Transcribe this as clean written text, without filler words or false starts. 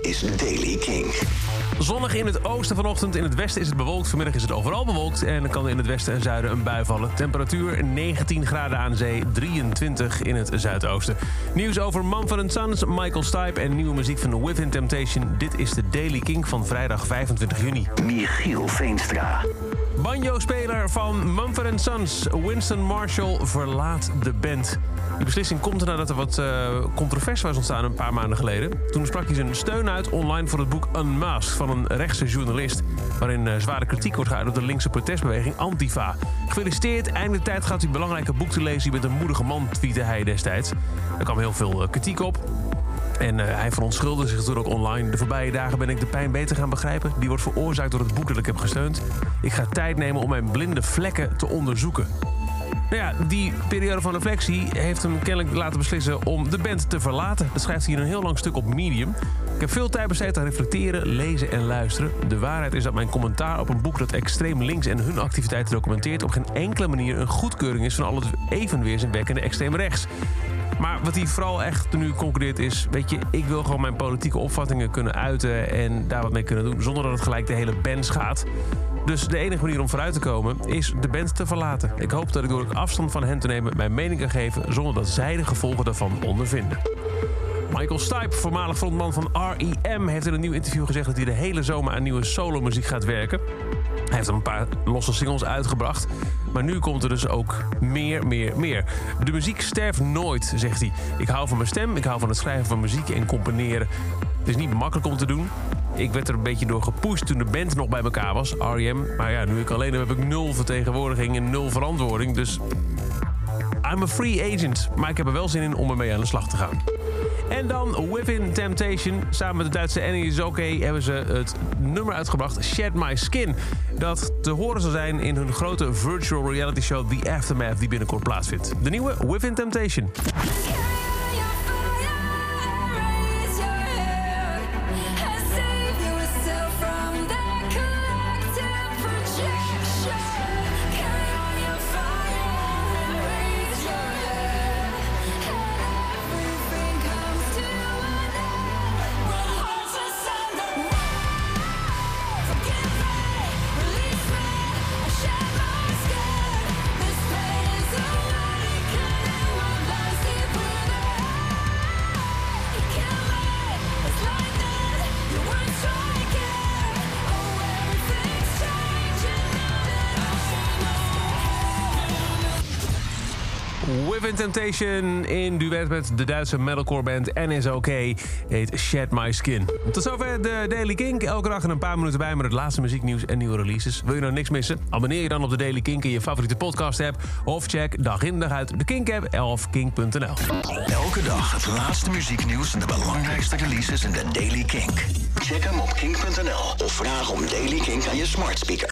is Daily King. Zonnig in het oosten vanochtend. In het westen is het bewolkt. Vanmiddag is het overal bewolkt. En dan kan er in het westen en zuiden een bui vallen. Temperatuur 19 graden aan zee, 23 in het zuidoosten. Nieuws over Mumford & Sons, Michael Stipe en nieuwe muziek van Within Temptation. Dit is de Daily King van vrijdag 25 juni. Michiel Veenstra. Banjo-speler van Mumford & Sons, Winston Marshall, verlaat de band. Die beslissing komt nadat er wat controverse was ontstaan een paar maanden geleden. Toen sprak hij zijn steun uit online voor het boek Unmasked van een rechtse journalist, waarin zware kritiek wordt geuit op de linkse protestbeweging Antifa. Gefeliciteerd, eindelijk tijd gaat u het belangrijke boek te lezen. Je bent een moedige man, tweette hij destijds. Er kwam heel veel kritiek op. En hij verontschuldigde zich toen ook online. De voorbije dagen ben ik de pijn beter gaan begrijpen. Die wordt veroorzaakt door het boek dat ik heb gesteund. Ik ga tijd nemen om mijn blinde vlekken te onderzoeken. Nou ja, die periode van reflectie heeft hem kennelijk laten beslissen om de band te verlaten. Dat schrijft hij in een heel lang stuk op Medium. Ik heb veel tijd besteed aan reflecteren, lezen en luisteren. De waarheid is dat mijn commentaar op een boek dat extreem links en hun activiteiten documenteert op geen enkele manier een goedkeuring is van al het evenweerzinwekkende extreem rechts. Maar wat hij vooral echt nu concludeert is, weet je, ik wil gewoon mijn politieke opvattingen kunnen uiten en daar wat mee kunnen doen, zonder dat het gelijk de hele band schaadt. Dus de enige manier om vooruit te komen is de band te verlaten. Ik hoop dat ik door afstand van hen te nemen mijn mening kan geven, zonder dat zij de gevolgen daarvan ondervinden. Michael Stipe, voormalig frontman van R.E.M., heeft in een nieuw interview gezegd dat hij de hele zomer aan nieuwe solomuziek gaat werken. Hij heeft een paar losse singles uitgebracht. Maar nu komt er dus ook meer. De muziek sterft nooit, zegt hij. Ik hou van mijn stem, ik hou van het schrijven van muziek en componeren. Het is niet makkelijk om te doen. Ik werd er een beetje door gepusht toen de band nog bij elkaar was, R.E.M. Maar ja, nu ik alleen heb ik 0 vertegenwoordiging en 0 verantwoording. Dus I'm a free agent. Maar ik heb er wel zin in om ermee aan de slag te gaan. En dan Within Temptation. Samen met de Duitse NSOK hebben ze het nummer uitgebracht, Shed My Skin. Dat te horen zal zijn in hun grote virtual reality show The Aftermath, die binnenkort plaatsvindt. De nieuwe Within Temptation. Within Temptation in duet met de Duitse metalcore band NSOK heet Shed My Skin. Tot zover de Daily Kink. Elke dag een paar minuten bij met het laatste muzieknieuws en nieuwe releases. Wil je nou niks missen? Abonneer je dan op de Daily Kink in je favoriete podcast app. Of check dag in dag uit de Kink app of kink.nl. Elke dag het laatste muzieknieuws en de belangrijkste releases in de Daily Kink. Check hem op kink.nl of vraag om Daily Kink aan je smart speaker.